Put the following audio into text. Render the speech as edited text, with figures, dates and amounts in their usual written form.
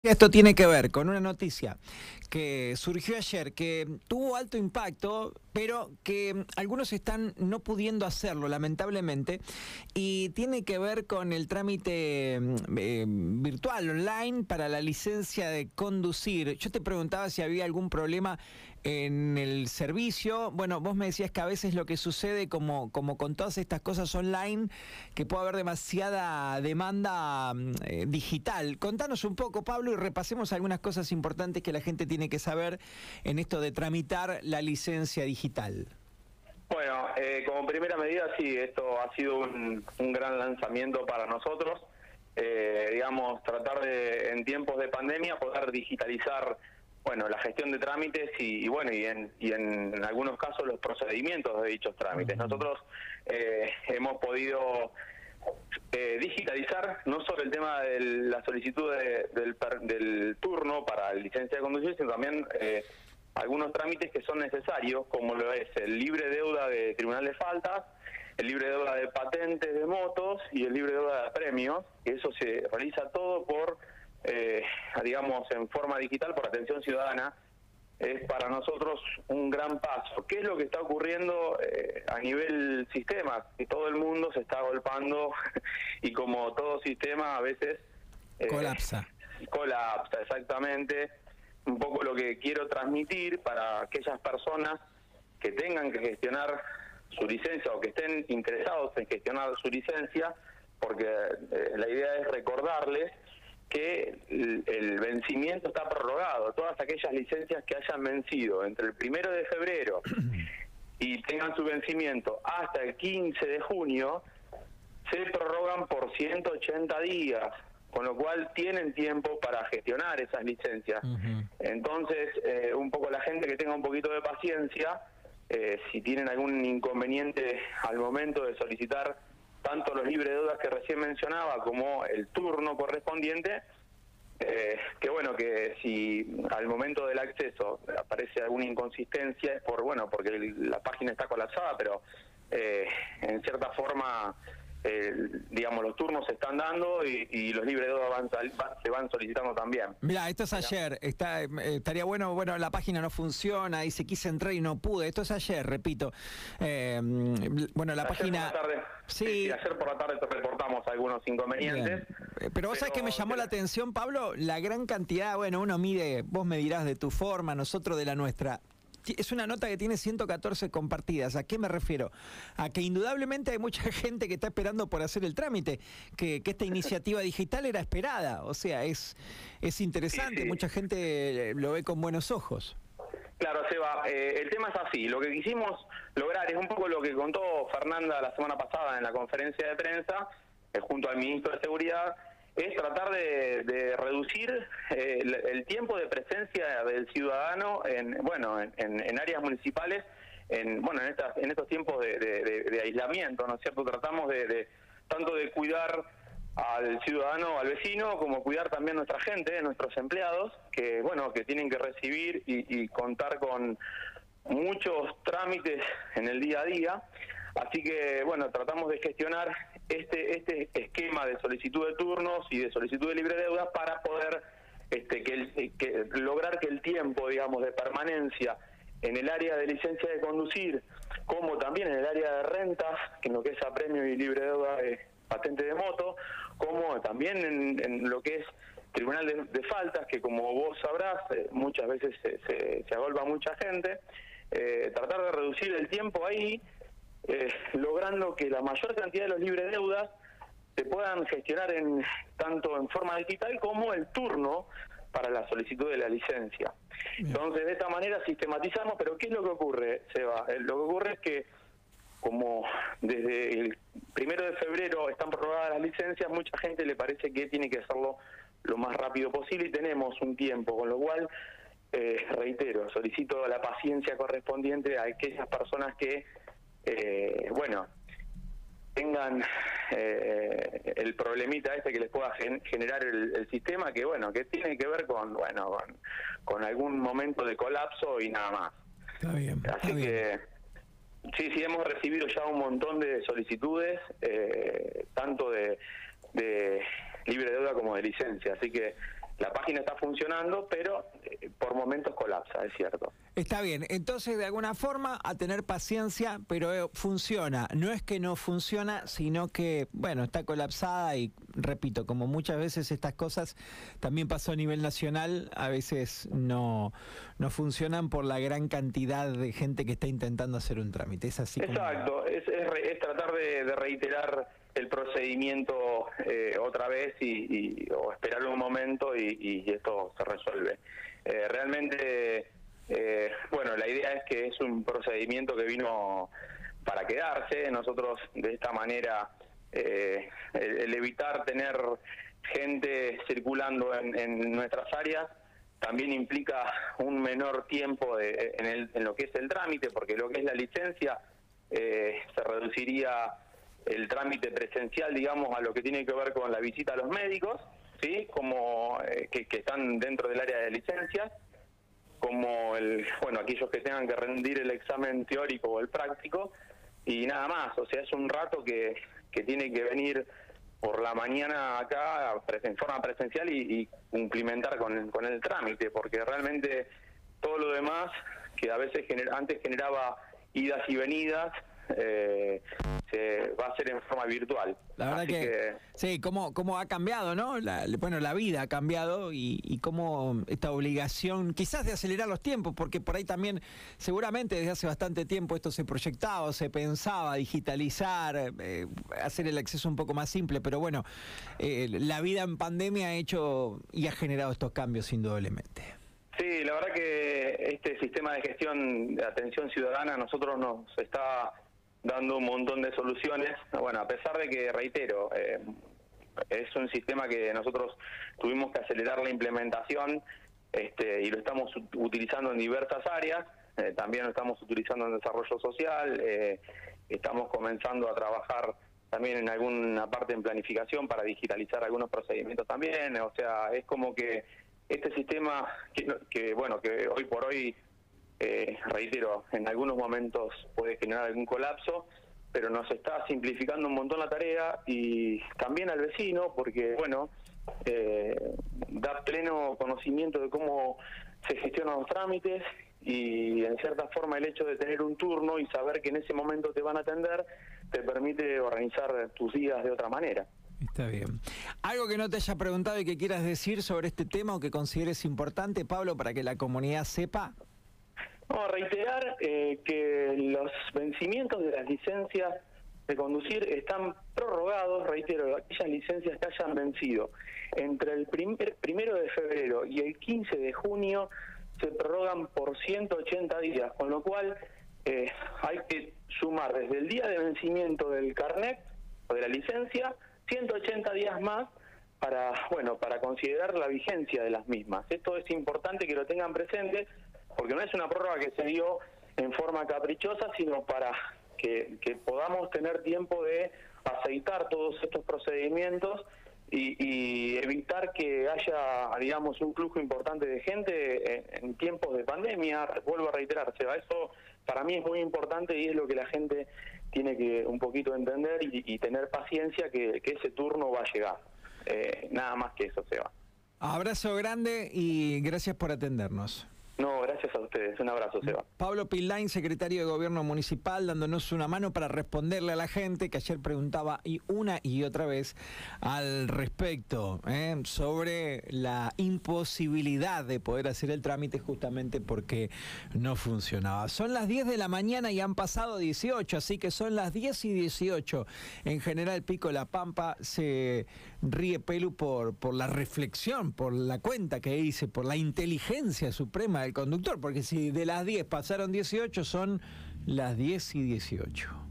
Esto tiene que ver con una noticia que surgió ayer, que tuvo alto impacto, pero que algunos están no pudiendo hacerlo, lamentablemente, y tiene que ver con el trámite virtual, online, para la licencia de conducir. Yo te preguntaba si había algún problema en el servicio. Bueno, vos me decías que a veces lo que sucede, como con todas estas cosas online, que puede haber demasiada demanda digital. Contanos un poco, Pablo, y repasemos algunas cosas importantes que la gente tiene que saber en esto de tramitar la licencia digital. Bueno, como primera medida, sí, esto ha sido un gran lanzamiento para nosotros. Digamos, tratar de, en tiempos de pandemia, poder digitalizar, bueno, la gestión de trámites y en algunos casos los procedimientos de dichos trámites. Nosotros hemos podido digitalizar no solo el tema de la solicitud del turno para licencia de conducir, sino también algunos trámites que son necesarios, como lo es el libre deuda de Tribunal de Faltas, el libre deuda de patentes de motos y el libre deuda de premios. Eso se realiza todo por, digamos, en forma digital, por atención ciudadana. Es para nosotros un gran paso. ¿Qué es lo que está ocurriendo a nivel sistema? Que todo el mundo se está agolpando y como todo sistema a veces... Colapsa. Colapsa, exactamente. Un poco lo que quiero transmitir para aquellas personas que tengan que gestionar su licencia o que estén interesados en gestionar su licencia, porque la idea es recordarles que el vencimiento está prorrogado. Todas aquellas licencias que hayan vencido entre el 1 de febrero y tengan su vencimiento hasta el 15 de junio, se prorrogan por 180 días, con lo cual tienen tiempo para gestionar esas licencias. Entonces, un poco la gente que tenga un poquito de paciencia, si tienen algún inconveniente al momento de solicitar tanto los libres de deudas que recién mencionaba como el turno correspondiente, que bueno, que si al momento del acceso aparece alguna inconsistencia es porque la página está colapsada, pero en cierta forma digamos, los turnos se están dando y los libres de deuda se van solicitando también. Mira, esto es ayer. Estaría bueno, la página no funciona, dice quise entrar y no pude. Esto es ayer, repito. Bueno, la ayer página... Por la tarde, sí, ayer por la tarde reportamos algunos inconvenientes. Pero vos sabés que me llamó la atención, Pablo, la gran cantidad, uno mide, vos me dirás de tu forma, nosotros de la nuestra. Es una nota que tiene 114 compartidas. ¿A qué me refiero? A que indudablemente hay mucha gente que está esperando por hacer el trámite, que esta iniciativa digital era esperada. O sea, es interesante, sí. Mucha gente lo ve con buenos ojos. Claro, Seba, el tema es así. Lo que quisimos lograr es un poco lo que contó Fernanda la semana pasada en la conferencia de prensa, junto al ministro de Seguridad, es tratar de reducir el tiempo de presencia del ciudadano en áreas municipales, en estos tiempos de aislamiento, ¿no es cierto? Tratamos tanto de cuidar al ciudadano, al vecino, como cuidar también a nuestra gente, nuestros empleados, que tienen que recibir y contar con muchos trámites en el día a día. Así que, tratamos de gestionar este esquema de solicitud de turnos y de solicitud de libre deuda para poder lograr que el tiempo, digamos, de permanencia en el área de licencia de conducir, como también en el área de rentas, que en lo que es apremio y libre deuda de patente de moto, como también en lo que es Tribunal de Faltas, que como vos sabrás, muchas veces se agolpa mucha gente, tratar de reducir el tiempo ahí, logrando que la mayor cantidad de los libres deudas se puedan gestionar tanto en forma digital como el turno para la solicitud de la licencia. Bien. Entonces, de esta manera sistematizamos, pero ¿qué es lo que ocurre, Seba? Lo que ocurre es que, como desde el 1 de febrero están prorrogadas las licencias, mucha gente le parece que tiene que hacerlo lo más rápido posible y tenemos un tiempo, con lo cual, reitero, solicito la paciencia correspondiente a aquellas personas que tengan el problemita que les pueda generar el sistema, que tiene que ver con algún momento de colapso y nada más. Está bien. Así que sí, hemos recibido ya un montón de solicitudes, tanto de libre deuda como de licencia, así que la página está funcionando, pero por momentos colapsa, es cierto. Está bien, entonces de alguna forma a tener paciencia, pero funciona. No es que no funciona, sino que, bueno, está colapsada y, repito, como muchas veces estas cosas también pasó a nivel nacional, a veces no funcionan por la gran cantidad de gente que está intentando hacer un trámite. Es así. Exacto, como... es tratar de reiterar el procedimiento otra vez o esperar un momento y esto se resuelve. Realmente, bueno, la idea es que es un procedimiento que vino para quedarse. Nosotros de esta manera, el evitar tener gente circulando en nuestras áreas también implica un menor tiempo en lo que es el trámite, porque lo que es la licencia se reduciría el trámite presencial, digamos, a lo que tiene que ver con la visita a los médicos, ¿sí? Como que están dentro del área de licencias, como aquellos que tengan que rendir el examen teórico o el práctico, y nada más. O sea, es un rato que tiene que venir por la mañana acá en forma presencial y cumplimentar con el trámite, porque realmente todo lo demás, que a veces antes generaba idas y venidas, se va a hacer en forma virtual. La verdad que sí, cómo ha cambiado, ¿no? La vida ha cambiado y cómo esta obligación quizás de acelerar los tiempos, porque por ahí también seguramente desde hace bastante tiempo esto se proyectaba, se pensaba digitalizar, hacer el acceso un poco más simple, pero bueno, la vida en pandemia ha hecho y ha generado estos cambios indudablemente. Sí, la verdad que este sistema de gestión de atención ciudadana a nosotros nos está dando un montón de soluciones. Bueno, a pesar de que, reitero, es un sistema que nosotros tuvimos que acelerar la implementación y lo estamos utilizando en diversas áreas, también lo estamos utilizando en desarrollo social, estamos comenzando a trabajar también en alguna parte en planificación para digitalizar algunos procedimientos también. O sea, es como que este sistema que hoy por hoy, reitero, en algunos momentos puede generar algún colapso, pero nos está simplificando un montón la tarea y también al vecino, porque da pleno conocimiento de cómo se gestionan los trámites y en cierta forma el hecho de tener un turno y saber que en ese momento te van a atender te permite organizar tus días de otra manera. Está bien. ¿Algo que no te haya preguntado y que quieras decir sobre este tema o que consideres importante, Pablo, para que la comunidad sepa? No, reiterar que los vencimientos de las licencias de conducir están prorrogados, reitero, aquellas licencias que hayan vencido entre el 1 de febrero y el 15 de junio se prorrogan por 180 días, con lo cual hay que sumar desde el día de vencimiento del carnet o de la licencia 180 días más para considerar la vigencia de las mismas. Esto es importante que lo tengan presente, porque no es una prórroga que se dio en forma caprichosa, sino para que podamos tener tiempo de aceitar todos estos procedimientos y evitar que haya, digamos, un flujo importante de gente en tiempos de pandemia. Vuelvo a reiterar, Seba, eso para mí es muy importante y es lo que la gente tiene que un poquito entender y tener paciencia que ese turno va a llegar. Nada más que eso, Seba. Abrazo grande y gracias por atendernos. No, gracias a ustedes. Un abrazo, Seba. Pablo Pillain, secretario de Gobierno Municipal, dándonos una mano para responderle a la gente que ayer preguntaba una y otra vez al respecto, sobre la imposibilidad de poder hacer el trámite justamente porque no funcionaba. Son las 10 de la mañana y han pasado 18, así que son las 10 y 18. En General Pico La Pampa se ríe Pelu por la reflexión, por la cuenta que hice, por la inteligencia suprema del conductor, porque si de las 10 pasaron 18, son las 10 y 18.